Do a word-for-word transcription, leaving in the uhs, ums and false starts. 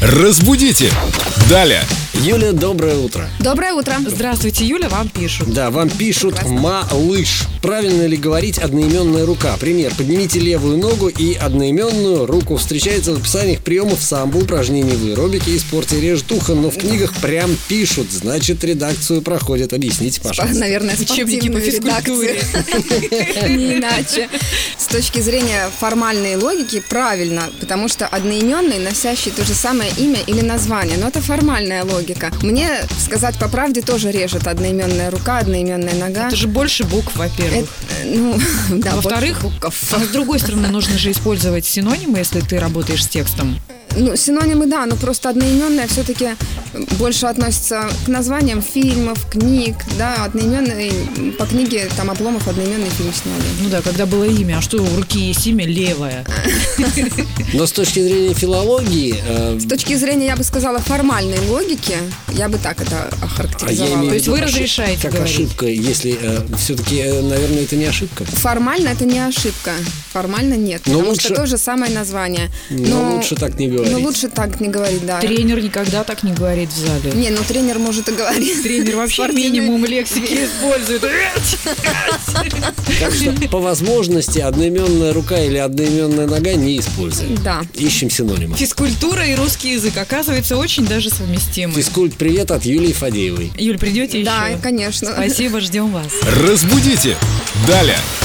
Разбудите! Далее! Юля, доброе утро. Доброе утро. Здравствуйте, Юля, вам пишут. Да, вам пишут «малыш». Правильно ли говорить одноименная рука? Пример. Поднимите левую ногу и одноименную руку. Встречается в описаниях приемов самбо, упражнений в аэробике и спорте режет ухо, но в книгах прям пишут. Значит, редакцию проходят. Объясните, пожалуйста. Наверное, Учебники по спортивную физкультуре. редакцию. Не иначе. С точки зрения формальной логики правильно, потому что одноименный, носящий то же самое имя или название. Но это формальная логика. Мне, сказать по правде, тоже режет одноименная рука, одноименная нога. Это же больше букв, во-первых. Это, ну, да, Во-вторых, больше букв. а с другой стороны, нужно же использовать синонимы, если ты работаешь с текстом. Ну, синонимы, да, но просто одноименная все-таки больше относится к названиям фильмов, книг, да, одноименный, по книге там Обломов одноименный фильм сняли. Ну да, когда было имя, а что у руки есть имя левое? Но с точки зрения филологии... э, С точки зрения, я бы сказала, формальной логики, я бы так это а я охарактеризовала. имею в То есть виду вы ошиб- разрешаете как говорить? ошибка, если э, все-таки, э, наверное, это не ошибка. Формально это не ошибка. Формально нет. Но потому лучше- что то же самое название. Но лучше так не говорить. Но лучше так не говорить, да. Тренер никогда так не говорит в зале. Не, ну тренер может и говорить. Тренер вообще Спортивный- минимум лексики использует. Так что, по возможности, одноименная рука или одноименная нога не используем. Да. Ищем синонимы. Физкультура и русский язык, оказывается, очень даже совместимы. Физкульт, привет от Юлии Фадеевой. Юль, придете Да, еще? конечно. Спасибо, ждем вас. Разбудите! Далее!